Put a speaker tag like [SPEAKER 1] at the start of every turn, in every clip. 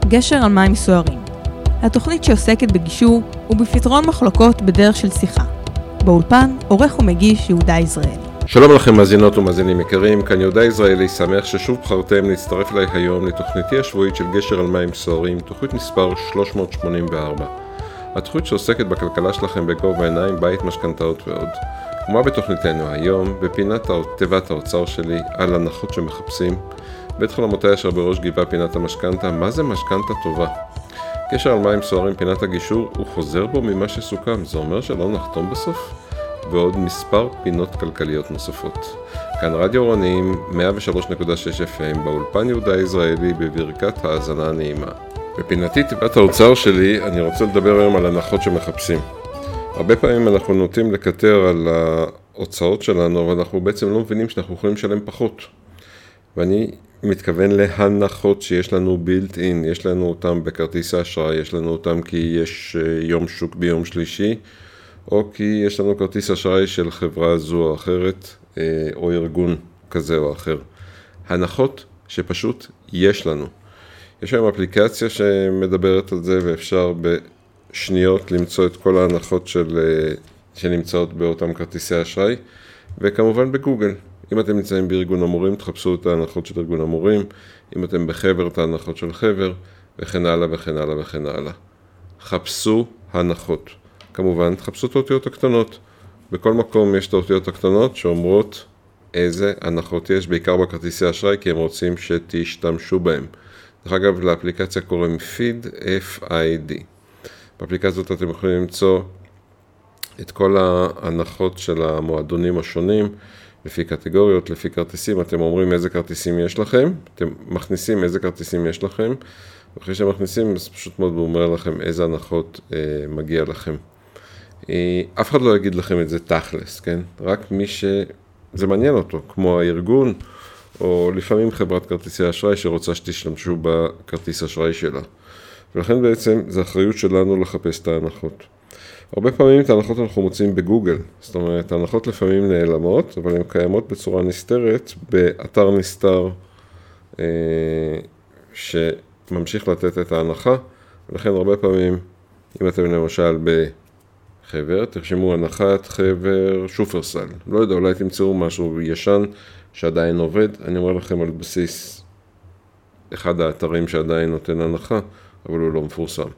[SPEAKER 1] גשר על מים סוערים. התוכנית שעוסקת בגישור ובפתרון מחלוקות בדרך של שיחה. באולפן, עורך ומגיש יהודה יזרעאלי.
[SPEAKER 2] שלום לכם מאזינות ומאזינים יקרים, כאן יהודה יזרעאלי, שמח ששוב בחרתם להצטרף אליי היום לתוכניתי השבועית של גשר על מים סוערים, תוכנית מספר 384. התוכנית שעוסקת בכלכלה שלכם בגובה העיניים, בית, משכנתאות ועוד. ומה בתוכניתנו היום, בפינת תיבת האוצר שלי, על הנחות שמחפשים, בית חלומותיי אשר בראש גבעה פינת המשכנתה, מה זה משכנתה טובה? גשר על מים סוערים פינת הגישור, הוא חוזר בו ממה שסוכם, זה אומר שלא נחתום בסוף? ועוד מספר פינות כלכליות נוספות. כאן רדיו אורנים 103.6 FM באולפן יהודה יזרעאלי בברכת האזנה נעימה. בפינתי תיבת האוצר שלי אני רוצה לדבר היום על הנחות שמחפשים. הרבה פעמים אנחנו נוטים לקטר על ההוצאות שלנו, אבל אנחנו בעצם לא מבינים שאנחנו יכולים לשלם פחות. ואני מתכוון להנחות שיש לנו בילט אין, יש לנו אותם בכרטיס האשראי, יש לנו אותם כי יש יום שוק ביום שלישי, או כי יש לנו כרטיס אשראי של חברה זו או אחרת, או ארגון כזה או אחר. הנחות שפשוט יש לנו. יש היום אפליקציה שמדברת על זה, ואפשר בשניות למצוא את כל ההנחות שנמצאות באותם כרטיסי אשראי, וכמובן בגוגל. אם אתם נמצאים בארגון המורים, תחפשו את ההנחות של ארגון המורים, אם אתם בחבר, את ההנחות של חבר, וכן הלאה וכן הלאה וכן הלאה. חפשו הנחות. כמובן, תחפשו את האותיות הקטנות. בכל מקום יש את האותיות הקטנות שאומרות איזה הנחות יש, בעיקר בכרטיסי אשראי, כי הם רוצים שתשתמשו בהם. דרך אגב, לאפליקציה קוראים פיד, F-I-D. באפליקציה הזאת אתם יכולים למצוא את כל ההנחות של המועדונים השונים, לפי קטגוריות, לפי כרטיסים. אתם אומרים איזה כרטיסים יש לכם, אתם מכניסים איזה כרטיסים יש לכם, ואחרי שמכניסים, אז פשוט מאוד הוא אומר לכם איזה הנחות מגיע לכם. אף אחד לא יגיד לכם את זה תכלס, כן? רק מי שזה מעניין אותו, כמו הארגון, או לפעמים חברת כרטיסי אשראי שרוצה שתשתמשו בכרטיס אשראי שלה. ולכן בעצם זה אחריות שלנו לחפש את ההנחות. הרבה פעמים את ההנחות אנחנו מוצאים בגוגל, זאת אומרת, ההנחות לפעמים נעלמות, אבל הן קיימות בצורה נסתרת, באתר נסתר שממשיך לתת את ההנחה, ולכן הרבה פעמים, אם אתם למשל בחבר, תרשמו הנחת חבר שופרסל, לא יודע, אולי תמצאו משהו ישן שעדיין עובד, אני אומר לכם על בסיס אחד האתרים שעדיין נותן הנחה, אבל הוא לא מפורסם.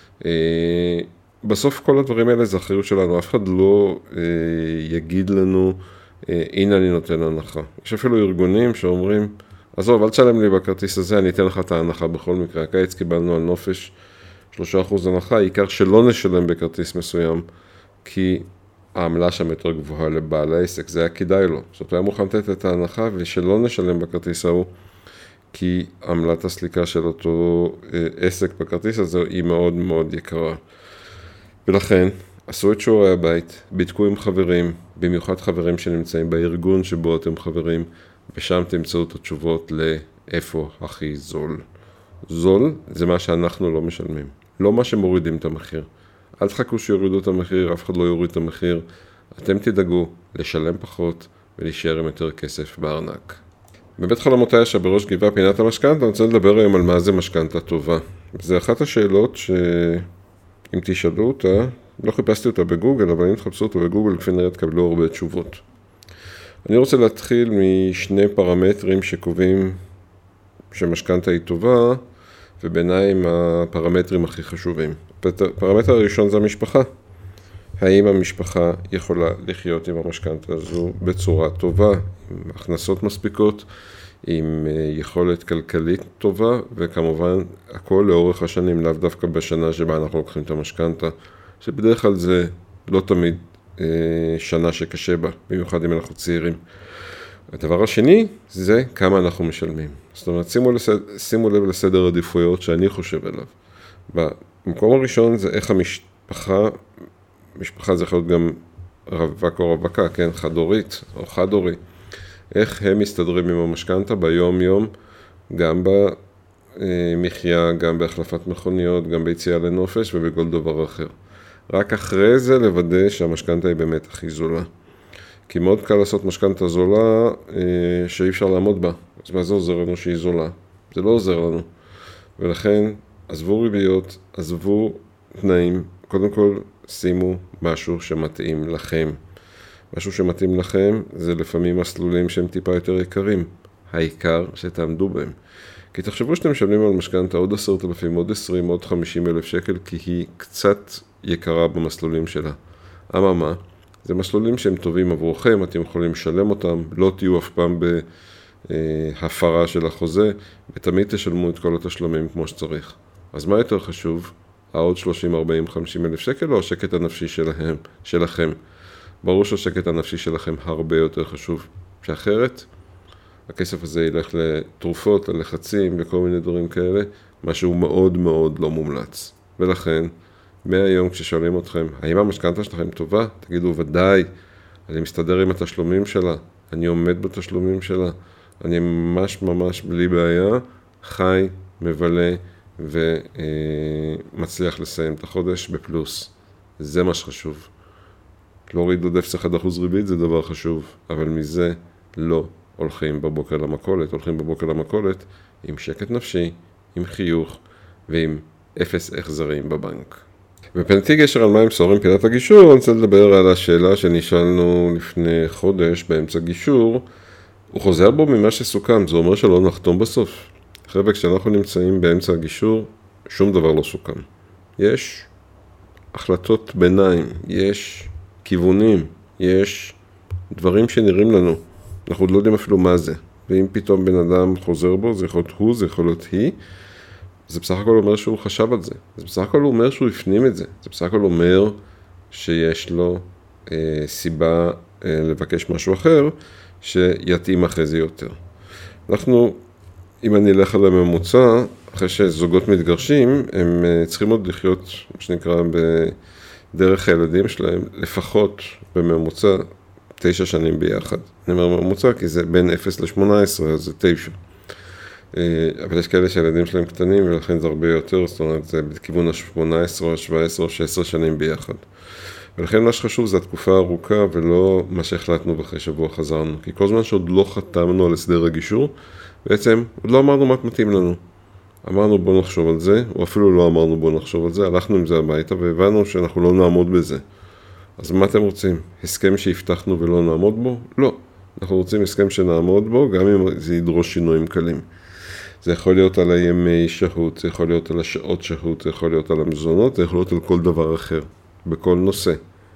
[SPEAKER 2] בסוף כל הדברים האלה זה אחריות שלנו, אף אחד לא יגיד לנו, הנה אני נותן הנחה. יש אפילו ארגונים שאומרים, עזוב, אל תשלם לי בכרטיס הזה, אני אתן לך את ההנחה בכל מקרה. הקיץ קיבלנו על נופש 3% הנחה, העיקר שלא נשלם בכרטיס מסוים, כי העמלה שם יותר גבוהה לבעל העסק, זה היה כדאי לו. זאת היה מוכן לתת את ההנחה ושלא נשלם בכרטיס ההוא, כי עמלת הסליקה של אותו עסק בכרטיס הזה היא מאוד מאוד יקרה. ולכן, עשו את שיעורי הבית, בדקו עם חברים, במיוחד חברים שנמצאים בארגון שבו אתם חברים, ושם תמצאו את התשובות לאיפה הכי זול. זול זה מה שאנחנו לא משלמים, לא מה שמורידים את המחיר. אל תחכו שיורידו את המחיר, אף אחד לא יוריד את המחיר. אתם תדאגו לשלם פחות ולהישאר עם יותר כסף בארנק. בבית חלומותיי אשר בראש גבעה פינת המשכנתה, אני רוצה לדבר היום על מה זה משכנתה טובה. זה אחת השאלות אם תשאלו אותה, לא חיפשתי אותה בגוגל, אבל אם תחפשו אותה בגוגל, כפי נראה תקבלו הרבה תשובות. אני רוצה להתחיל משני פרמטרים שקובעים שמשכנתה היא טובה, ובעיניי הם הפרמטרים הכי חשובים. הפרמטר הראשון זה המשפחה. האם המשפחה יכולה לחיות עם המשכנתה הזו בצורה טובה, עם הכנסות מספיקות, עם יכולת כלכלית טובה, וכמובן הכל לאורך השנים, לאו דווקא בשנה שבה אנחנו לוקחים את המשכנתה, שבדרך כלל זה לא תמיד שנה שקשה בה, במיוחד אם אנחנו צעירים. הדבר השני זה כמה אנחנו משלמים. זאת אומרת, שימו לב לסדר עדיפויות שאני חושב עליו. במקום הראשון זה איך משפחה זה יכול להיות גם רווק או רווקה, כן, חד-הורית או חד-הורי. איך הם מסתדרים עם המשכנתה ביום יום, גם במחיה, גם בהחלפת מכוניות, גם ביציאה לנופש ובכל דבר אחר. רק אחרי זה לוודא שהמשכנתה היא באמת הכי זולה. כי מאוד קל לעשות משכנתה זולה שאי אפשר לעמוד בה. אז מה זה עוזר לנו שהיא זולה? זה לא עוזר לנו. ולכן עזבו ריביות, עזבו תנאים, קודם כל שימו משהו שמתאים לכם. משהו שמתאים לכם זה לפעמים מסלולים שהם טיפה יותר יקרים. העיקר שתעמדו בהם. כי תחשבו שאתם משלמים על משכנתא עוד 10,000, עוד 20, עוד 50,000 שקל, כי היא קצת יקרה במסלולים שלה. מה? זה מסלולים שהם טובים עבורכם, אתם יכולים לשלם אותם, לא תהיו אף פעם בהפרה של החוזה, ותמיד תשלמו את כל התשלומים כמו שצריך. אז מה יותר חשוב? העוד 30, 40, 50,000 שקל או השקט הנפשי שלכם? ברור שהשקט הנפשי שלכם הרבה יותר חשוב, שאחרת הכסף הזה ילך לתרופות, ללחצים, לכל מיני דברים כאלה, משהו מאוד מאוד לא מומלץ. ולכן, מהיום כששואלים אתכם, האם המשכנתא שלכם טובה? תגידו, ודאי, אני מסתדר עם התשלומים שלה, אני עומד בתשלומים שלה, אני ממש בלי בעיה, חי, מבלה ומצליח לסיים את החודש בפלוס. זה מה שחשוב. להוריד עוד 0.1% ריבית זה דבר חשוב, אבל מזה לא הולכים בבוקר למכולת. הולכים בבוקר למכולת עם שקט נפשי, עם חיוך ועם 0 החזרים בבנק. בפינתי גשר על מים סוערים פינת הגישור, אני רוצה לדבר על השאלה שנשאלנו לפני חודש באמצע גישור. הוא חוזר בו ממה שסוכם, זה אומר שלא נחתום בסוף. חבר'ה, כשאנחנו נמצאים באמצע הגישור, שום דבר לא סוכם. יש החלטות ביניים, יש כיוונים, יש דברים שנראים לנו. אנחנו עוד לא יודעים אפילו מה זה. ואם פתאום בן אדם חוזר בו, זה יכול להיות הוא, זה יכול להיות היא, זה בסך הכל אומר שהוא חשב על זה. זה בסך הכל אומר שהוא הפנים את זה. זה בסך הכל אומר שיש לו סיבה לבקש משהו אחר, שיתאים אחרי זה יותר. אנחנו, אם אני אלך על הממוצע, אחרי שזוגות מתגרשים, הם צריכים עוד לחיות, מה שנקרא, בדרך הילדים שלהם, לפחות בממוצע 9 שנים ביחד. אני אומר ממוצע, כי זה בין 0 ל-18, אז זה 9. אבל יש כאלה שהילדים שלהם קטנים, ולכן זה הרבה יותר, זאת אומרת, זה בכיוון ה-18 או ה-17 או 16 שנים ביחד. ולכן מה שחשוב זה התקופה הארוכה, ולא מה שהחלטנו ואחרי שבוע חזרנו. כי כל זמן שעוד לא חתמנו על הסדר הגישור, בעצם עוד לא אמרנו מה מתאים לנו. אמרנו בוא נחשוב על זה, או אפילו לא אמרנו בוא נחשוב על זה, הלכנו עם זה הביתה והבנו שאנחנו לא נעמוד בזה. אז מה אתם רוצים? הסכם שהבטחנו ולא נעמוד בו? לא. אנחנו רוצים הסכם שנעמוד בו, גם אם זה ידרוש שינויים קלים. זה יכול להיות על הימי שהות, זה יכול להיות על השעות שהות, זה יכול להיות על המזונות, זה יכול להיות על כל דבר אחר, בכל נושא.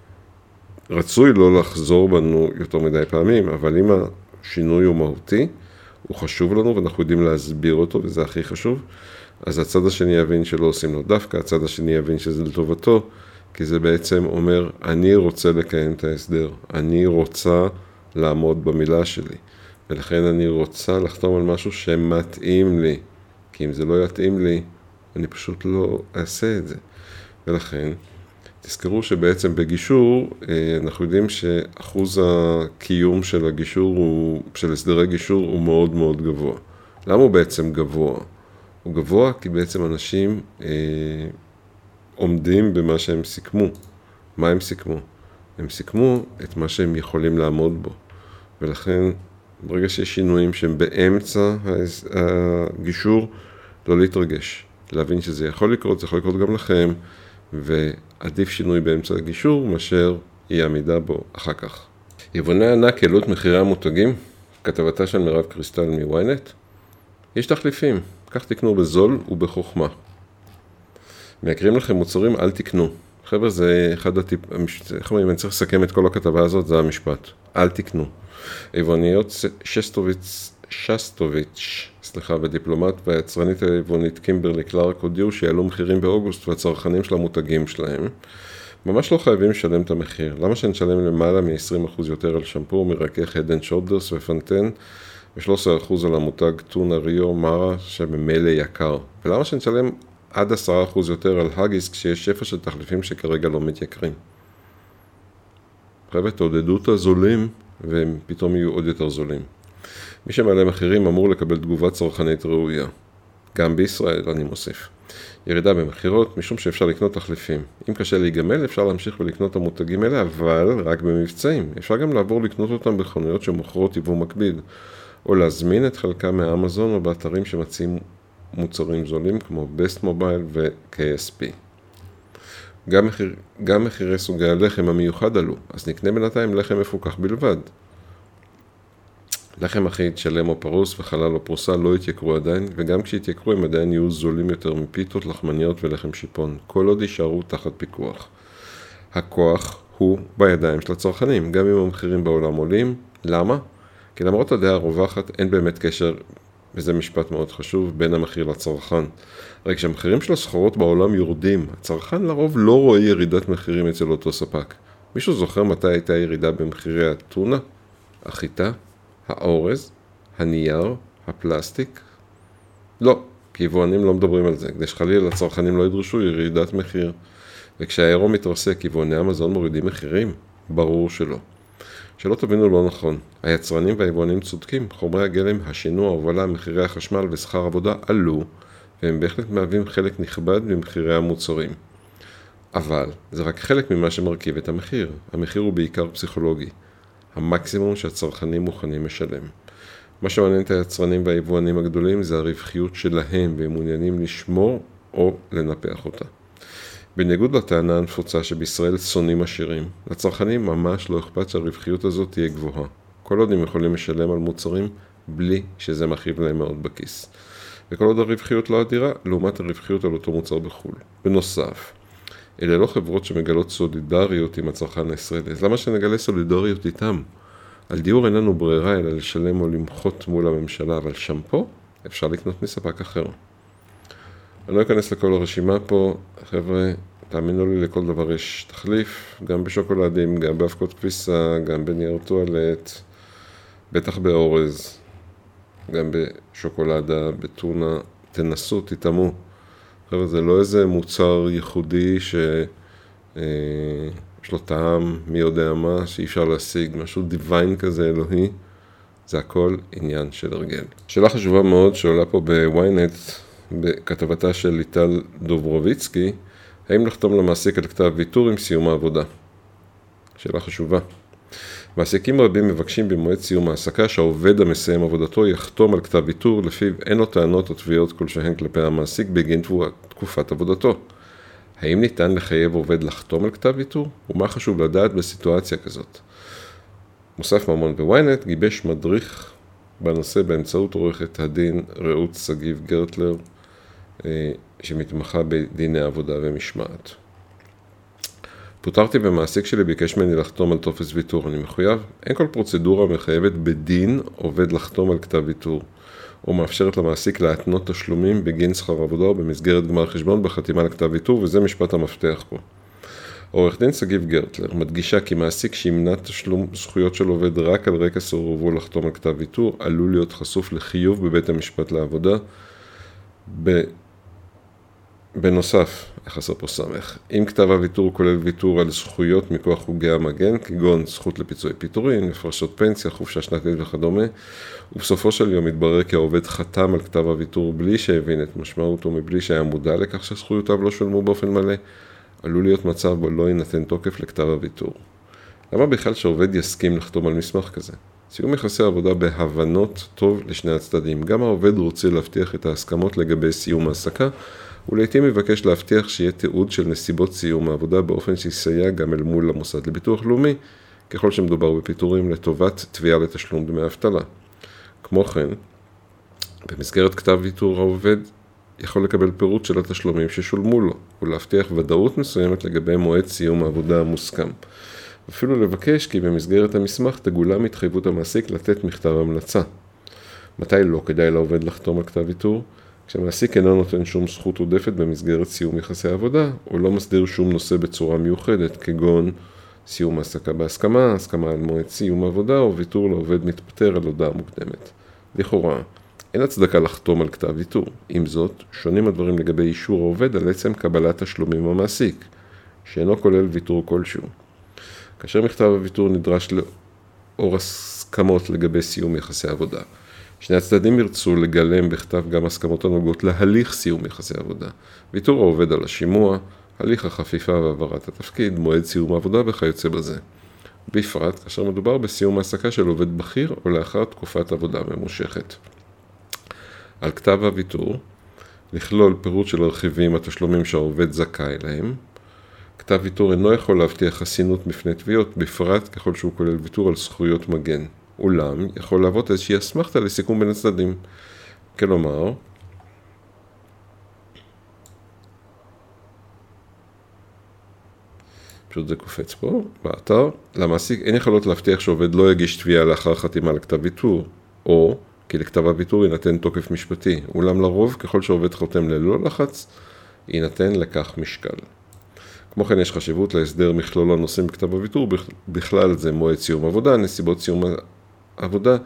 [SPEAKER 2] רצוי לא לחזור בנו יותר מדי פעמים, אבל אם השינוי הוא מהותי, הוא חשוב לנו ואנחנו יודעים להסביר אותו, וזה הכי חשוב, אז הצד השני יבין שלא עושים לו דווקא, הצד השני יבין שזה לטובתו, כי זה בעצם אומר, אני רוצה לקיים את ההסדר, אני רוצה לעמוד במילה שלי, ולכן אני רוצה לחתום על משהו שמתאים לי, כי אם זה לא יתאים לי, אני פשוט לא אעשה את זה. ולכן, תזכרו שבעצם בגישור, אנחנו יודעים שאחוז הקיום של הגישור, של הסדרי גישור, הוא מאוד מאוד גבוה. למה הוא בעצם גבוה? הוא גבוה כי בעצם אנשים עומדים במה שהם סיכמו. מה הם סיכמו? הם סיכמו את מה שהם יכולים לעמוד בו. ולכן, ברגע שיש שינויים שהם באמצע הגישור, לא להתרגש. להבין שזה יכול לקרות, זה יכול לקרות גם לכם, ועדיף שינוי באמצע הגישור, מאשר אי עמידה בו אחר כך. יבואני ענק העלו את מחירי המותגים, כתבתה של מירב קריסטל מוויינט. יש תחליפים, כך תקנו בזול ובחוכמה. מייקרים לכם מוצרים, אל תקנו. חבר'ה, זה אחד איך אומרים, אני צריך לסכם את כל הכתבה הזאת, זה המשפט. אל תקנו. היווניות שסטוביץ', ודיפלומט והיצרנית היוונית קימברלי קלארק הודיעו שיעלו מחירים באוגוסט, והצרכנים של המותגים שלהם ממש לא חייבים לשלם את המחיר. למה שנשלם למעלה מ-20% יותר על שמפו, מרכך Head and Shoulders ופנטן, ו-13% על המותג טונה ריו מרה שבמילא יקר? ולמה שנשלם עד 10% יותר על הגיס כשיש שפע של תחליפים שכרגע לא מתייקרים? חבר'ה, תעודדו את הזולים והם פתאום יהיו עוד יותר זולים. מי שמעלה מחירים אמור לקבל תגובה צרכנית ראויה. גם בישראל, אני מוסיף. ירידה במחירות, משום שאפשר לקנות תחליפים. אם קשה להיגמל, אפשר להמשיך ולקנות את המותגים האלה, אבל רק במבצעים. אפשר גם לעבור לקנות אותם בחנויות שמוכרות יבוא מקביל, או להזמין את חלקם מהאמזון או באתרים שמציעים מוצרים זולים כמו Best Mobile ו-KSP. גם מחירי סוגי הלחם המיוחד עלו, אז נקנה בינתיים לחם מפוקח בלבד. לחם אחיד, שלם או פרוס וחלל או פרוסה לא יתייקרו עדיין, וגם כשיתייקרו הם עדיין יהיו זולים יותר מפיתות, לחמניות ולחם שיפון, כל עוד יישארו תחת פיקוח. הכוח הוא בידיים של הצרכנים, גם אם המחירים בעולם עולים. למה? כי למרות הדעה הרווחת אין באמת קשר, וזה משפט מאוד חשוב, בין המחיר לצרכן. הרי כשהמחירים של הסחורות בעולם יורדים, הצרכן לרוב לא רואה ירידת מחירים אצל אותו ספק. מישהו זוכר מתי הייתה ירידה במחירי הטונה, החיטה, האורז, הנייר, הפלסטיק? לא, כי יבואנים לא מדברים על זה, כדי שחלילה הצרכנים לא ידרשו ירידת מחיר. וכשהאירו מתרסק, יבואני המזון מורידים מחירים? ברור שלא. שלא תבינו לא נכון, היצרנים והיבואנים צודקים, חומרי הגלם, השינוע, ההובלה, מחירי החשמל ושכר עבודה עלו, והם בהחלט מהווים חלק נכבד ממחירי המוצרים. אבל זה רק חלק ממה שמרכיב את המחיר. המחיר הוא בעיקר פסיכולוגי. המקסימום שהצרכנים מוכנים לשלם. מה שמעניין את היצרנים והיבואנים הגדולים זה הרווחיות שלהם, והם מעוניינים לשמור או לנפח אותה. בניגוד לטענה הנפוצה שבישראל שונאים עשירים, לצרכנים ממש לא אכפת שהרווחיות הזאת תהיה גבוהה. כל עוד הם יכולים לשלם על מוצרים בלי שזה מכאיב להם מאוד בכיס. וכל עוד הרווחיות לא אדירה, לעומת הרווחיות על אותו מוצר בחו"ל. בנוסף, אלה לא חברות שמגלות סולידריות עם הצרכן הישראלי. אז למה שנגלה סולידריות איתם? על דיור אין לנו ברירה אלא לשלם או למחות מול הממשלה, אבל שמפו אפשר לקנות מספק אחר. אני לא אכנס לכל הרשימה פה, חבר'ה, תאמינו לי, לכל דבר יש תחליף, גם בשוקולדים, גם באבקות כביסה, גם בנייר טואלט, בטח באורז, גם בשוקולדה, בטונה, תנסו, תתאמו. חבר'ה, זה לא איזה מוצר ייחודי שיש לו טעם, מי יודע מה, שאי אפשר להשיג, משהו דיוויין כזה אלוהי, זה הכל עניין של הרגל. שאלה חשובה מאוד שעולה פה בוויינט, בכתבתה של ליטל דוברוביצקי, האם לחתום למעסיק על כתב ויתור עם סיום העבודה? שאלה חשובה. מעסיקים רבים מבקשים במועד סיום העסקה שהעובד המסיים עבודתו יחתום על כתב ויתור לפיו אין לו טענות או תביעות כלשהן כלפי המעסיק בגין תקופת עבודתו. האם ניתן לחייב עובד לחתום על כתב ויתור? ומה חשוב לדעת בסיטואציה כזאת? מוסף ממון בוויינט גיבש מדריך בנושא באמצעות עורכת הדין רעות סגיב גרטלר, שמתמחה בדיני עבודה ומשמעת. פוטרתי ומעסיק שלי ביקש ממני לחתום על טופס ויתור. אני מחויב? אין כל פרוצדורה מחייבת בדין עובד לחתום על כתב ויתור, או מאפשרת למעסיק להתנות תשלומים בגין שכר עבודה או במסגרת גמר חשבון בחתימה על כתב ויתור, וזה משפט המפתח פה. עורך דין סגיב גרטלר מדגישה כי מעסיק שימנע תשלום זכויות של עובד רק על רקע סירובו לחתום על כתב ויתור, עלול להיות חשוף לחיוב בבית המשפט לעבודה. בנוסף, חסר פה סמך, אם כתב הוויתור כולל ויתור על זכויות מכוח חוקי המגן, כגון זכות לפיצוי פיטורין, הפרשות פנסיה, חופשה שנתית וכדומה, ובסופו של יום מתברר כי העובד חתם על כתב הוויתור בלי שהבין את משמעותו, מבלי שהיה מודע לכך שזכויותיו לא שולמו באופן מלא, עלול להיות מצב בו לא יינתן תוקף לכתב הוויתור. למה בכלל שעובד יסכים לחתום על מסמך כזה? סיום יחסי העבודה בהבנות טוב לשני הצדדים. גם העובד רוצה להבטיח את ההסכמות לגבי סיום העסקה, ולעיתים מבקש להבטיח שיהיה תיעוד של נסיבות סיום העבודה באופן שיסייע גם אל מול המוסד לביטוח לאומי, ככל שמדובר בפיטורים לטובת תביעה לתשלום דמי אבטלה. כמו כן, במסגרת כתב ויתור העובד יכול לקבל פירוט של התשלומים ששולמו לו, ולהבטיח ודאות מסוימת לגבי מועד סיום העבודה המוסכם. אפילו לבקש כי במסגרת המסמך תגולם התחייבות המעסיק לתת מכתב המלצה. מתי לא כדאי לעובד לחתום על כתב ויתור? כשהמעסיק אינו נותן שום זכות עודפת במסגרת סיום יחסי העבודה, או לא מסדיר שום נושא בצורה מיוחדת, כגון סיום העסקה בהסכמה, הסכמה על מועד סיום העבודה, או ויתור לעובד מתפטר על הודעה מוקדמת. לכאורה, אין הצדקה לחתום על כתב ויתור. עם זאת, שונים הדברים לגבי אישור העובד על עצם קבלת תשלומים המעסיק, שאינו כולל ויתור כלשהו. כאשר מכתב הוויתור נדרש לאור הסכמות לגבי סיום יחסי עבודה. שני הצדדים ירצו לגלם בכתב גם הסכמות הנוגעות להליך סיום יחסי עבודה, ויתור העובד על השימוע, הליך החפיפה והעברת התפקיד, מועד סיום העבודה וכיוצא בזה. בפרט כאשר מדובר בסיום העסקה של עובד בכיר או לאחר תקופת עבודה ממושכת. על כתב הוויתור לכלול פירוט של הרכיבים התשלומים שהעובד זכאי להם. כתב ויתור אינו יכול להבטיח חסינות מפני תביעות, בפרט ככל שהוא כולל ויתור על זכויות מגן. אולם יכול להוות איזושהי אסמכתה לסיכום בין הצדדים. כלומר, פשוט זה קופץ פה, באתר, למעסיק אין יכולות להבטיח שעובד לא יגיש תביעה לאחר חתימה לכתב ויתור, או כי לכתב הוויתור יינתן תוקף משפטי, אולם לרוב ככל שעובד חותם ללא לחץ, יינתן לכך משקל. כמו כן יש חשיבות להסדר מכלול הנושאים בכתב הוויתור, בכלל זה מועד סיום עבודה, נסיבות סיום עבודה,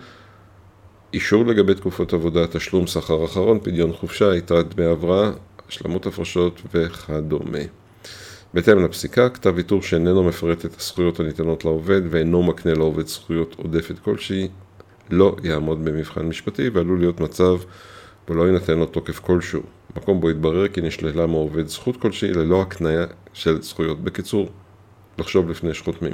[SPEAKER 2] אישור לגבי תקופות עבודה, תשלום שכר אחרון, פדיון חופשה, יתרת דמי הבראה, השלמות הפרשות וכדומה. בהתאם לפסיקה, כתב ויתור שאיננו מפרט את הזכויות הניתנות לעובד ואינו מקנה לעובד זכויות עודפת כלשהי, לא יעמוד במבחן משפטי ועלול להיות מצב ולא יינתן לו תוקף כלשהו. מקום בו יתברר כי נשללה מעובד זכות כלשהי ללא הקניה של זכויות. בקיצור, לחשוב לפני שחותמים.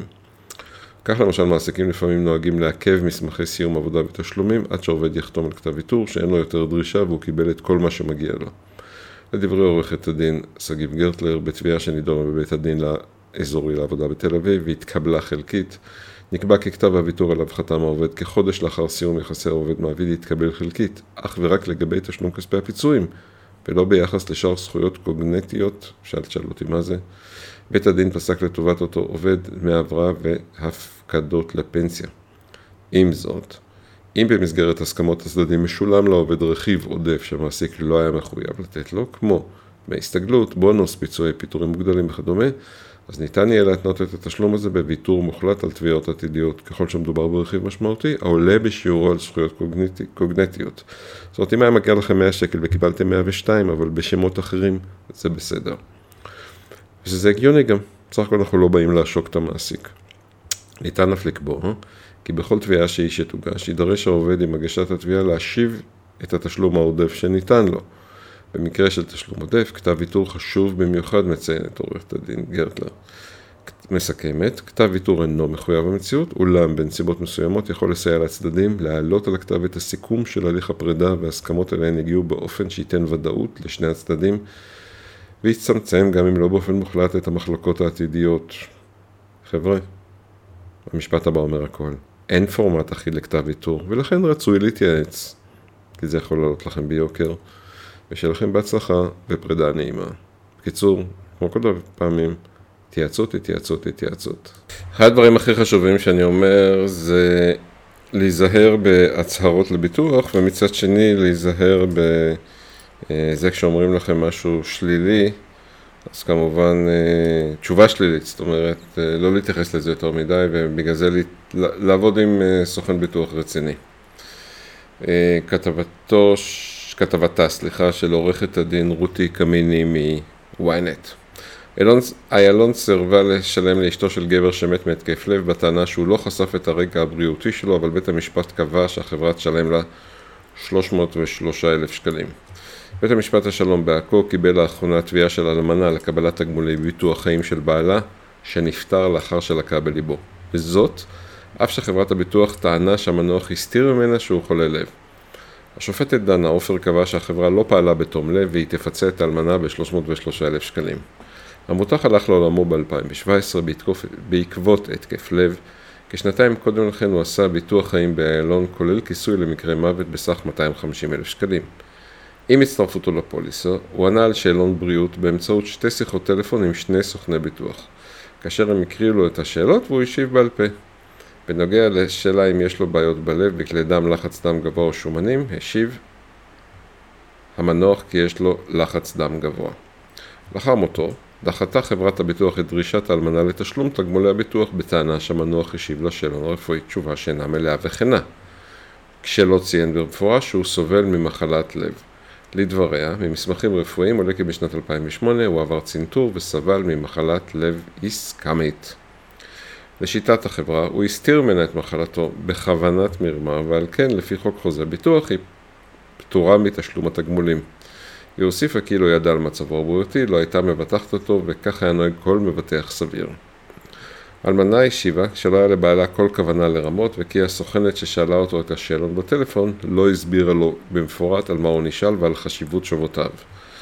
[SPEAKER 2] כך למשל מעסיקים לפעמים נוהגים לעכב מסמכי סיום עבודה ותשלומים עד שהעובד יחתום על כתב ויתור שאין לו יותר דרישה והוא קיבל את כל מה שמגיע לו. לדברי עורכת הדין שגיב גרטלר, בתביעה שנידונה בבית הדין האזורי לעבודה בתל אביב והתקבלה חלקית, נקבע כי כתב הוויתור עליו חתם העובד כחודש לאחר סיום יחסי העובד מעביד יתקבל חלקית, אך ורק לגבי תשלום כספי הפיצויים, ולא ביחס לשאר זכויות קוגנטיות, שאל אותי מה זה. בית הדין פסק לטובת אותו עובד דמי הבראה והפקדות לפנסיה. עם זאת, אם במסגרת הסכמות הצדדים משולם לעובד רכיב עודף שהמעסיק לא היה מחויב לתת לו, כמו דמי הסתגלות, בונוס, פיצויי פיטורים מוגדלים וכדומה, אז ניתן יהיה להתנות את התשלום הזה בוויתור מוחלט על תביעות עתידיות, ככל שמדובר ברכיב משמעותי, העולה בשיעורו על זכויות קוגנטיות. זאת אומרת, אם היה מגיע לכם 100 שקל וקיבלתם 102, אבל בשמות אחרים, זה בסדר. ושזה הגיוני גם, בסך הכל אנחנו לא באים לעשוק את המעסיק. ניתן אף לקבוע, כי בכל תביעה שהיא שתוגש, יידרש העובד עם הגשת התביעה להשיב את התשלום העודף שניתן לו. במקרה של תשלום עודף, כתב ויתור חשוב במיוחד, מציינת עורכת הדין גרטלר. מסכמת, כתב ויתור אינו מחויב במציאות, אולם בנסיבות מסוימות יכול לסייע לצדדים להעלות על הכתב את הסיכום של הליך הפרידה והסכמות אליהן יגיעו באופן שייתן ודאות לשני הצדדים, ויצמצם גם אם לא באופן מוחלט את המחלוקות העתידיות. חבר'ה, המשפט הבא אומר הכל. אין פורמט אחיד לכתב ויתור, ולכן רצוי להתייעץ, כי זה יכול לעלות לכם ביוקר, ושיהיה לכם בהצלחה בפרידה נעימה. בקיצור, כמו כל דבר פעמים, התייעצות. אחד הדברים הכי חשובים שאני אומר זה להיזהר בהצהרות לביטוח, ומצד שני להיזהר בזה כשאומרים לכם משהו שלילי, אז כמובן תשובה שלילית, זאת אומרת לא להתייחס לזה יותר מדי, ובגלל זה לעבוד עם סוכן ביטוח רציני. כתבתה של עורכת הדין רותי קמיני מ-ynet. איילון סירבה לשלם לאשתו של גבר שמת מהתקף לב בטענה שהוא לא חשף את הרקע הבריאותי שלו, אבל בית המשפט קבע שהחברה תשלם לה 303,000 שקלים. בית המשפט השלום בעכו קיבל לאחרונה תביעה של אלמנה לקבלת תגמולי ביטוח חיים של בעלה שנפטר לאחר שלקה בליבו. וזאת, אף שחברת הביטוח טענה שהמנוח הסתיר ממנה שהוא חולה לב. השופטת דנה עופר קבע שהחברה לא פעלה בתום לב והיא תפצה את האלמנה ב-303,000 שקלים. המבוטח הלך לעולמו ב-2017 בעקבות התקף לב. כשנתיים קודם לכן הוא עשה ביטוח חיים באיילון כולל כיסוי למקרה מוות בסך 250,000 שקלים. עם הצטרפותו לפוליסה, הוא ענה על שאלון בריאות באמצעות 2 שיחות טלפון עם 2 סוכני ביטוח. כאשר הם הקריאו לו את השאלות והוא השיב בעל פה. בנוגע לשאלה אם יש לו בעיות בלב, בכלי דם, לחץ דם גבוה או שומנים, השיב המנוח כי יש לו לחץ דם גבוה. לאחר מותו, דחתה חברת הביטוח את דרישת האלמנה לתשלום תגמולי הביטוח בטענה שהמנוח השיב לשאלון הרפואי תשובה שאינה מלאה וכנה, כשלא ציין במפורש שהוא סובל ממחלת לב. לדבריה, ממסמכים רפואיים עולה כי בשנת 2008 הוא עבר צנתור וסבל ממחלת לב איסקמית. לשיטת החברה, הוא הסתיר ממנה את מחלתו בכוונת מרמה, ועל כן, לפי חוק חוזה ביטוח, היא פטורה מתשלום התגמולים. היא הוסיפה כאילו ידע על מצבו הבריאותי, לא הייתה מבטחת אותו, וכך היה נוהג כל מבטח סביר. אלמנה השיבה שלא היה לבעלה כל כוונה לרמות, וכי הסוכנת ששאלה אותו את השאלון בטלפון לא הסבירה לו במפורט על מה הוא נשאל ועל חשיבות שובותיו.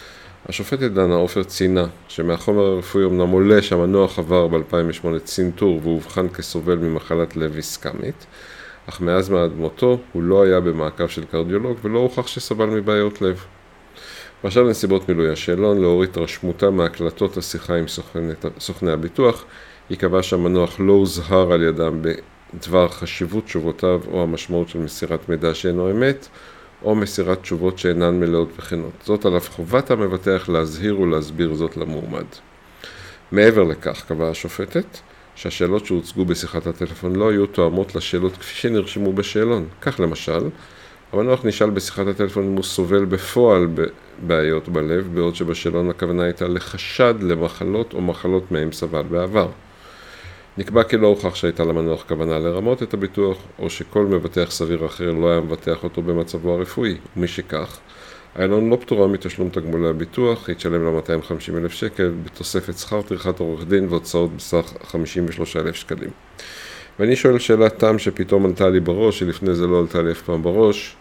[SPEAKER 2] השופטת דנה עופר ציינה שמהחומר הרפואי אמנם עולה שהמנוח עבר ב-2008 צינטור והובחן כסובל ממחלת לב איסקמית, אך מאז מעד מותו הוא לא היה במעקב של קרדיולוג ולא הוכח שסבל מבעיות לב. באשר לנסיבות מילוי השאלון, לאור התרשמותה מהקלטות השיחה עם סוכני הביטוח, היא קבעה שהמנוח לא הוזהר על ידם בדבר חשיבות תשובותיו או המשמעות של מסירת מידע שאינו אמת, או מסירת תשובות שאינן מלאות וכנות. זאת על אף חובת המבטח להזהיר ולהסביר זאת למועמד. מעבר לכך, קבעה השופטת, שהשאלות שהוצגו בשיחת הטלפון לא היו תואמות לשאלות כפי שנרשמו בשאלון. כך למשל, המנוח נשאל בשיחת הטלפון אם הוא סובל בפועל בבעיות בלב, בעוד שבשאלון הכוונה הייתה לחשד למחלות או מחלות מהם סבל בעבר. נקבע כי לא הוכח שהייתה למנוח כוונה לרמות את הביטוח, או שכל מבטח סביר אחר לא היה מבטח אותו במצבו הרפואי, ומשכך, העלון לא פטורה מתשלום תגמולי הביטוח, היא תשלם לה 250,000 שקל בתוספת שכר טרחת עורך דין והוצאות בסך 53,000 שקלים. ואני שואל שאלה תם שפתאום עלתה לי בראש, שלפני זה לא עלתה לי אף פעם בראש,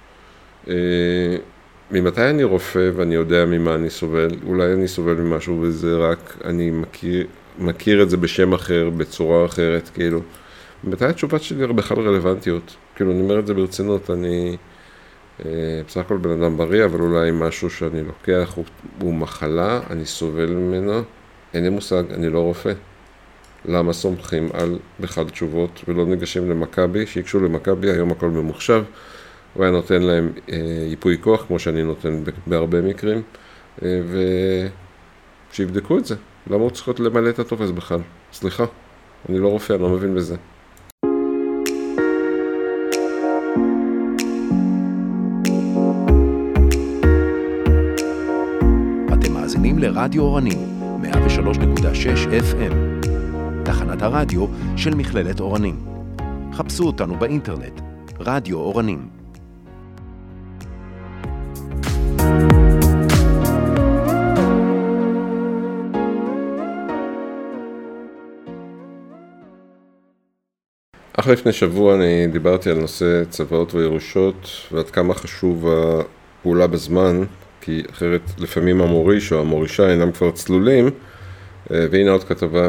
[SPEAKER 2] ממתי אני רופא ואני יודע ממה אני סובל? אולי אני סובל ממשהו וזה רק אני מכיר את זה בשם אחר, בצורה אחרת, כאילו. מתי התשובות שלי בכלל רלוונטיות? כאילו, אני אומר את זה ברצינות, אני בסך הכל בן אדם בריא, אבל אולי משהו שאני לוקח הוא מחלה, אני סובל ממנה, אין לי מושג, אני לא רופא. למה סומכים על בכלל תשובות ולא ניגשים למכבי, שיקשו למכבי, היום הכל ממוחשב, הוא היה נותן להם ייפוי כוח, כמו שאני נותן בהרבה מקרים, ושיבדקו את זה. למה הוא צריכות למלא את הטופס בכלל? סליחה, אני לא רופא, אני לא מבין בזה.
[SPEAKER 3] אתם מאזינים לרדיו אורנים, 103.6 FM, תחנת הרדיו של מכללת אורנים. חפשו אותנו באינטרנט, רדיו אורנים.
[SPEAKER 2] אך לפני שבוע אני דיברתי על נושא צוואות וירושות ועד כמה חשוב הפעולה בזמן, כי אחרת לפעמים המוריש או המורישה אינם כבר צלולים, והנה עוד כתבה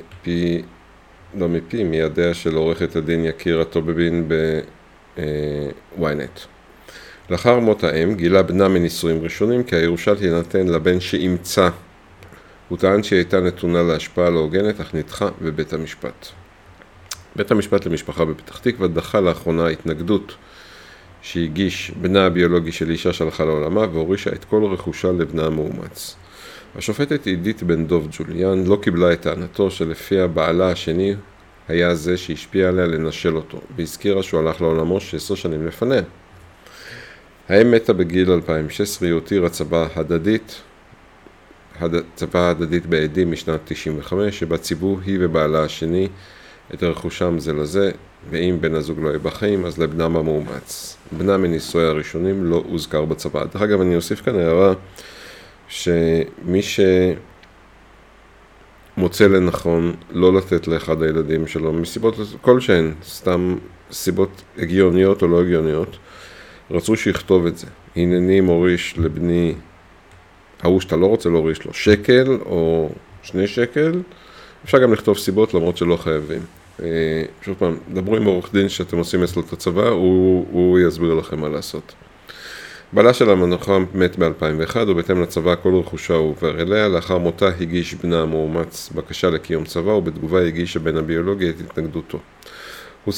[SPEAKER 2] מידיה של עורכת הדין יקיר טובבין בוויינט. לאחר מות האם גילה בנה מנישואים ראשונים כי הירושה תינתן לבן שאימצה. הוא טען שהיא הייתה נתונה להשפעה לא הוגנת אך נדחה בבית המשפט. בית המשפט למשפחה בפתח תקווה דחה לאחרונה התנגדות שהגיש בנה הביולוגי של אישה שהלכה לעולמה והורישה את כל רכושה לבנה המאומץ. השופטת עידית בן דוב ג'וליאן לא קיבלה את טענתו שלפיה בעלה השני היה זה שהשפיע עליה לנשל אותו, והזכירה שהוא הלך לעולמו 16 שנים לפניה. האם מתה בגיל 2016, היא הותירה צוואה הדדית בעדים משנת 95, שבה ציוו היא ובעלה השני את רכושם זה לזה, ואם בן הזוג לא יהיה בחיים, אז לבנם המאומץ. בנה מנישואי הראשונים לא הוזכר בצוואה. דרך אגב, אני אוסיף כאן הערה, שמי שמוצא לנכון לא לתת לאחד הילדים שלו, מסיבות כלשהן, סתם סיבות הגיוניות או לא הגיוניות, רצו שיכתוב את זה. הנני מוריש לבני, ההוא שאתה לא רוצה להוריש לו, שקל או 2 שקל, אפשר גם לכתוב סיבות למרות שלא חייבים. שוב פעם, דברו עם עורך דין שאתם עושים אצלו את הצבא, הוא יסביר לכם מה לעשות. בעלה של המנוחה מת ב-2001, ובהתאם לצבא כל רכושה עובר אליה. לאחר מותה הגיש בנה המאומץ בקשה לקיום צבא, ובתגובה הגיש הבן הביולוגי את התנגדותו. הוא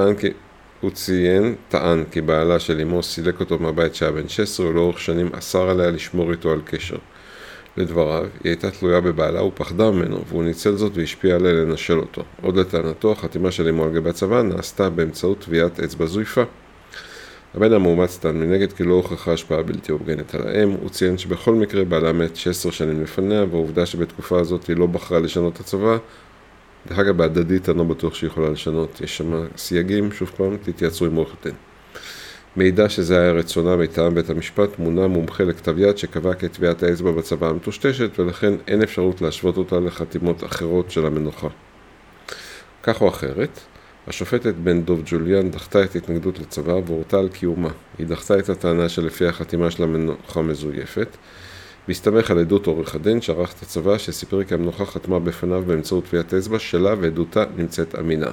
[SPEAKER 2] טען כי בעלה של אמו סילק אותו מהבית שהיה בן 16, ולאורך שנים אסר עליה לשמור איתו על קשר. לדבריו, היא הייתה תלויה בבעלה ופחדה ממנו, והוא ניצל זאת והשפיע עליה לנשל אותו. עוד לטענתו, החתימה של אמו על גבי הצבא נעשתה באמצעות טביעת אצבע זויפה. הבן המאומץ טען מנגד כי לא הוכחה השפעה בלתי הוגנת על האם. הוא ציין שבכל מקרה בעלה מת 16 שנים לפניה, והעובדה שבתקופה הזאת היא לא בחרה לשנות את הצבא. דרך אגב, בהדדית אני לא בטוח שהיא יכולה לשנות. יש שם סייגים, שוב פעם, תתייצרו עם עורך דין. מידע שזה היה רצונה מטעם בית המשפט, מונה מומחה לכתב יד שקבע כי טביעת האצבע בצבא המטושטשת, ולכן אין אפשרות להשוות אותה לחתימות אחרות של המנוחה. כך או אחרת, השופטת בן דוב ג'וליאן דחתה את התנגדות לצבא והורתה על קיומה. היא דחתה את הטענה שלפי החתימה של המנוחה מזויפת. בהסתמך על עדות עורך הדין שערך את הצבא שסיפר כי המנוחה חתמה בפניו באמצעות טביעת אצבע שלה ועדותה נמצאת אמינה.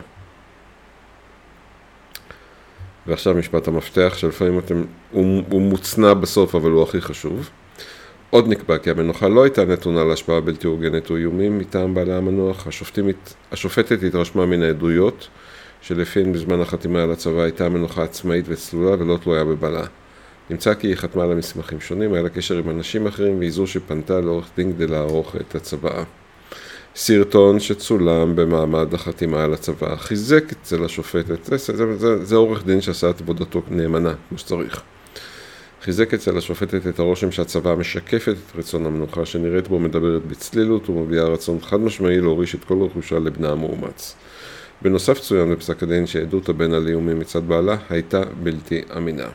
[SPEAKER 2] ועכשיו משפט המפתח שלפעמים הוא מוצנע בסוף אבל הוא הכי חשוב. עוד נקבע כי המנוחה לא הייתה נתונה להשפעה בלתי הוגנת או איומים מטעם בעלי המנוח. השופטת התרשמה מן העדויות שלפיהן בזמן החתימה על הצבא הייתה המנוחה עצמאית וצלולה ולא תלויה בבעלה. נמצא כי היא חתמה על המסמכים שונים, היה לה קשר עם אנשים אחרים והיא זו שפנתה לעורך דין כדי לערוך את הצוואה. סרטון שצולם במעמד החתימה על הצבא חיזק אצל השופטת, זה עורך דין שעשה את עבודתו נאמנה, כמו שצריך. חיזק אצל השופטת את הרושם שהצבא משקפת את רצון המנוחה שנראית בו מדברת בצלילות ומביאה רצון חד משמעי להוריש את כל רכושה לבנה המאומץ. בנוסף צוין בפסק הדין שעדות הבן על איומים מצד בעלה הייתה בלתי אמינה.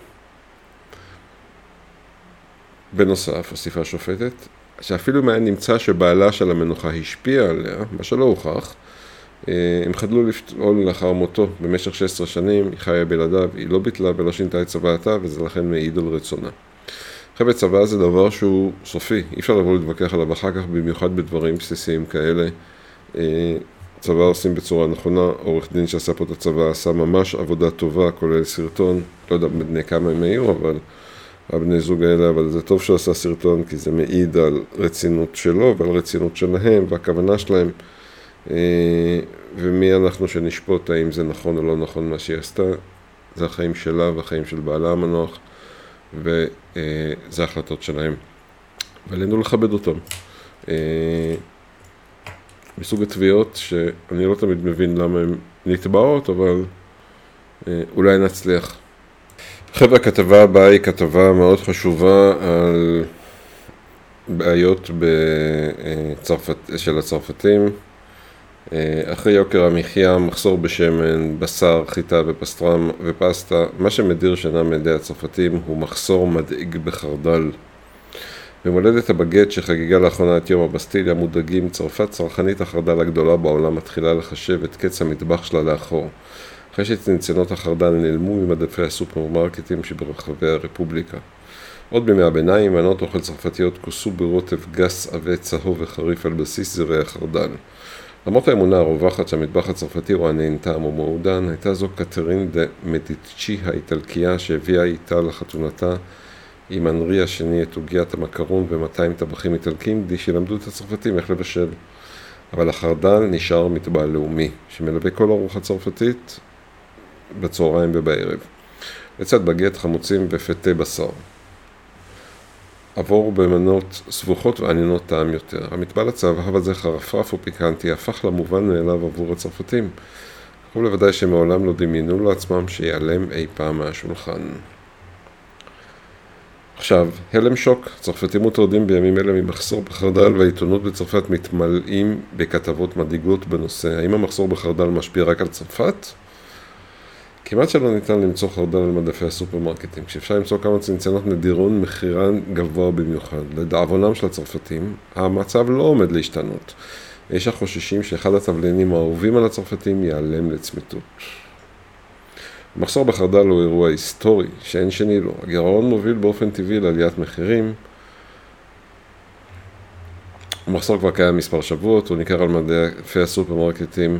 [SPEAKER 2] בנוסף, הוסיפה השופטת, שאפילו אם היה נמצא שבעלה של המנוחה השפיע עליה, מה שלא הוכח, הם חדלו לפעול לאחר מותו במשך 16 שנים, היא חיה בלעדיו, היא לא ביטלה ולא שינתה את צוואתה, וזה לכן מעיד על רצונה. חבל צוואה זה דבר שהוא סופי, אי אפשר לבוא להתווכח עליו אחר כך, במיוחד בדברים בסיסיים כאלה. צוואה עושים בצורה נכונה, עורך דין שעשה פה את הצוואה עשה ממש עבודה טובה, כולל סרטון, לא יודע בני כמה הם היו, אבל הבני זוג האלה, אבל זה טוב שהוא עשה סרטון, כי זה מעיד על רצינות שלו ועל רצינות שלהם והכוונה שלהם, ומי אנחנו שנשפוט האם זה נכון או לא נכון מה שהיא עשתה. זה החיים שלה והחיים של בעלה המנוח, וזה ההחלטות שלהם, ועלינו לכבד אותם. מסוג התביעות שאני לא תמיד מבין למה הן נתבעות, אבל אולי נצליח. חבר'ה, הכתבה הבאה היא כתבה מאוד חשובה על בעיות של הצרפתים. אחרי יוקר המחיה, מחסור בשמן, בשר, חיטה ופסטרם ופסטה, מה שמדיר שינה מידי הצרפתים הוא מחסור מדאיג בחרדל. במולדת הבגט שחגיגה לאחרונה את יום הבסטיליה מודאגים, צרפת צרכנית החרדל הגדולה בעולם מתחילה לחשב את קץ המטבח שלה לאחור. אחרי שצנצנות החרדל נעלמו ממדפי הסופרמרקטים שברחבי הרפובליקה. עוד בימי הביניים, מנות אוכל צרפתיות כוסו ברוטב גס, עבה, צהוב וחריף על בסיס זרעי החרדל. למרות האמונה הרווחת שהמטבח הצרפתי הוא ענין טעם ומעודן, הייתה זו קטרין דה מדיצ'י האיטלקייה שהביאה איתה לחתונתה עם אנרי השני את עוגיית המקרון ו200 טבחים איטלקים כדי שלמדו את הצרפתים איך לבשל. אבל החרדל נשאר מטבע לאומי שמלווה כל ארוחה צרפתית בצהריים ובערב. לצד בגט, חמוצים ופתה בשר. עבור במנות סבוכות ועניינות טעם יותר. המטבע הצהוב הזה חרפרף ופיקנטי הפך למובן מאליו עבור הצרפתים. קרוב לוודאי שמעולם לא דמיינו לעצמם שיעלם אי פעם מהשולחן. עכשיו, הלם שוק. צרפתים מוטרדים בימים אלה ממחסור בחרדל, והעיתונות בצרפת מתמלאים בכתבות מדאיגות בנושא. האם המחסור בחרדל משפיע רק על צרפת? כמעט שלא ניתן למצוא חרדל על מדפי הסופרמרקטים, כשאפשר למצוא כמה צנצנות נדירון מחירן גבוה במיוחד. לדאבונם של הצרפתים, המצב לא עומד להשתנות. יש החוששים שאחד התבלינים האהובים על הצרפתים ייעלם לצמיתות. המחסור בחרדל הוא אירוע היסטורי שאין שני לו. הגירעון מוביל באופן טבעי לעליית מחירים. המחסור כבר קיים מספר שבועות, הוא ניכר על מדפי הסופרמרקטים.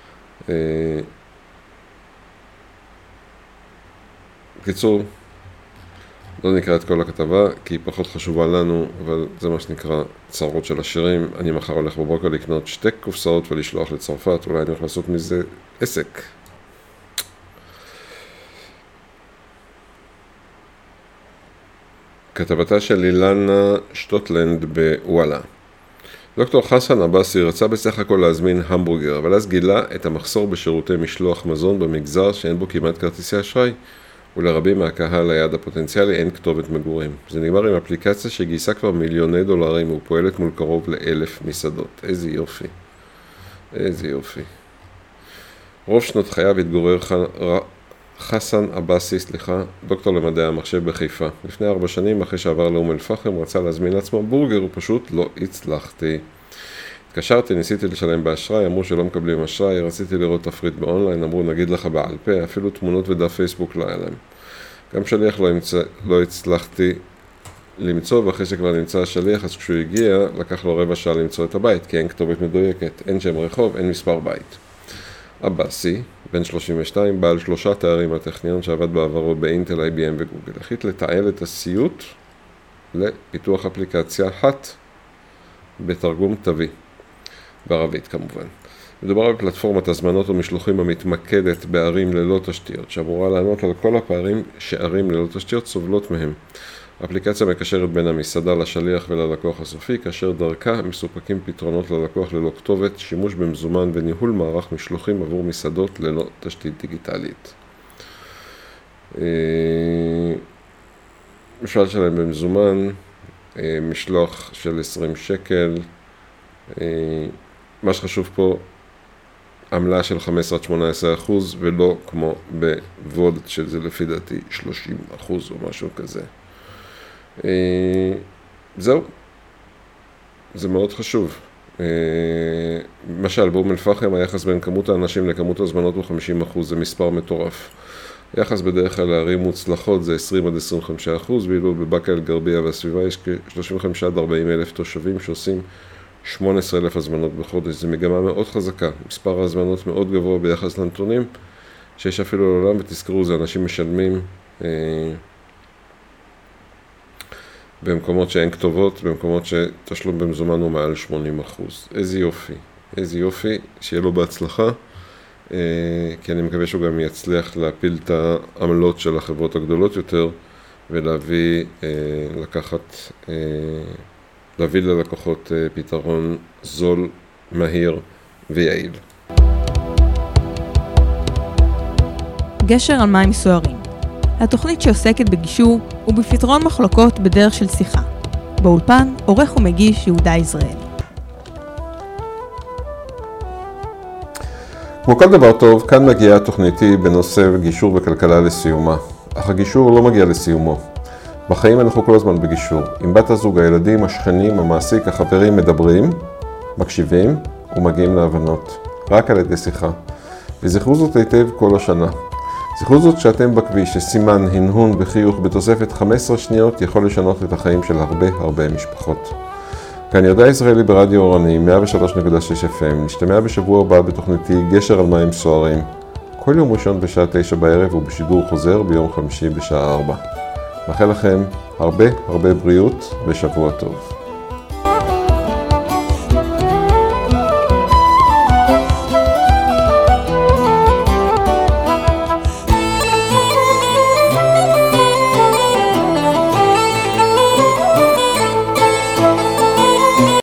[SPEAKER 2] בקיצור, לא נקרא את כל הכתבה, כי היא פחות חשובה לנו, אבל זה מה שנקרא צרות של עשירים. אני מחר הולך בבוקר לקנות 2 קופסאות ולשלוח לצרפת, אולי אני הולך לעשות מזה עסק. כתבתה של אילנה שטוטלנד בוואלה. דוקטור חסן אבאסי רצה בסך הכל להזמין המבורגר, אבל אז גילה את המחסור בשירותי משלוח מזון במגזר שאין בו כמעט כרטיסי אשראי, ולרבים מהקהל היעד הפוטנציאלי אין כתובת מגורים. זה נגמר עם אפליקציה שגייסה כבר מיליוני דולרים ופועלת מול קרוב ל1,000 מסעדות. איזה יופי. איזה יופי. רוב שנות חייו התגורר חסן אבאסי, דוקטור למדעי המחשב בחיפה. לפני 4 שנים, אחרי שעבר לאום אל-פחם, רצה להזמין לעצמו בורגר, ופשוט לא הצלחתי. התקשרתי, ניסיתי לשלם באשראי, אמרו שלא מקבלים אשראי, רציתי לראות תפריט באונליין, אמרו נגיד לך בעל פה, אפילו תמונות ודף פייסבוק לא היה להם. גם שליח לא הצלחתי למצוא, ואחרי שכבר נמצא השליח, אז כשהוא הגיע, לקח לו רבע שעה למצוא את הבית, כי אין כתובת מדויקת, אין שם רחוב, אין מספר בית. אבאסי, בן 32, בעל 3 תארים בטכניון שעבד בעברו באינטל, IBM וגוגל, החליט לתעל את הסיוט לפיתוח אפליקציה HAT, בתרגום תווי, בערבית כמובן. מדובר על פלטפורמת הזמנות ומשלוחים המתמקדת בערים ללא תשתיות, שאמורה לענות על כל הפערים שערים ללא תשתיות סובלות מהם. האפליקציה מקשרת בין המסעדה לשליח וללקוח הסופי, כאשר דרכה מסופקים פתרונות ללקוח ללא כתובת, שימוש במזומן וניהול מערך משלוחים עבור מסעדות ללא תשתית דיגיטלית. משל שלהם במזומן, משלוח של 20 שקל, מה שחשוב פה, עמלה של 15-18% ולא כמו בוולט שזה לפי דעתי 30% או משהו כזה. זהו, זה מאוד חשוב. למשל, באום אל-פחם היחס בין כמות האנשים לכמות הזמנות הוא 50%, זה מספר מטורף. היחס בדרך כלל לערים מוצלחות זה 20-25%, ואילו בבאקה אל-גרבייה והסביבה יש כ-35-40 אלף תושבים שעושים 18,000 הזמנות בחודש. זו מגמה מאוד חזקה, מספר ההזמנות מאוד גבוה ביחס לנתונים שיש אפילו לעולם, ותזכרו, זה אנשים משלמים במקומות שאין כתובות, במקומות שתשלום במזומן הוא מעל 80%. איזה יופי, איזה יופי, שיהיה לו בהצלחה, כי אני מקווה שהוא גם יצליח להפיל את העמלות של החברות הגדולות יותר, ולהביא, להביא ללקוחות פתרון זול, מהיר ויעיל.
[SPEAKER 1] גשר על מים סוערים. התוכנית שעוסקת בגישור ובפתרון מחלוקות בדרך של שיחה. באולפן עורך ומגיש יהודה יזרעאלי.
[SPEAKER 2] כמו כל דבר טוב, כאן מגיעה התוכניתי בנושא גישור וכלכלה לסיומה. אך הגישור לא מגיע לסיומו. בחיים אנחנו כל הזמן בגישור. עם בת הזוג, הילדים, השכנים, המעסיק, החברים מדברים, מקשיבים ומגיעים להבנות. רק על ידי שיחה. וזכרו זאת היטב כל השנה. זכרו זאת שאתם בכביש, שסימן, הנהון וחיוך בתוספת 15 שניות יכול לשנות את החיים של הרבה משפחות. כאן יהודה יזרעאלי ברדיו אורני, 103.6 FM, נשתמע בשבוע הבא בתוכניתי גשר על מים סוערים. כל יום ראשון בשעה 9 בערב ובשידור חוזר ביום חמישי בשעה 4. מאחל לכם הרבה בריאות ושבוע טוב.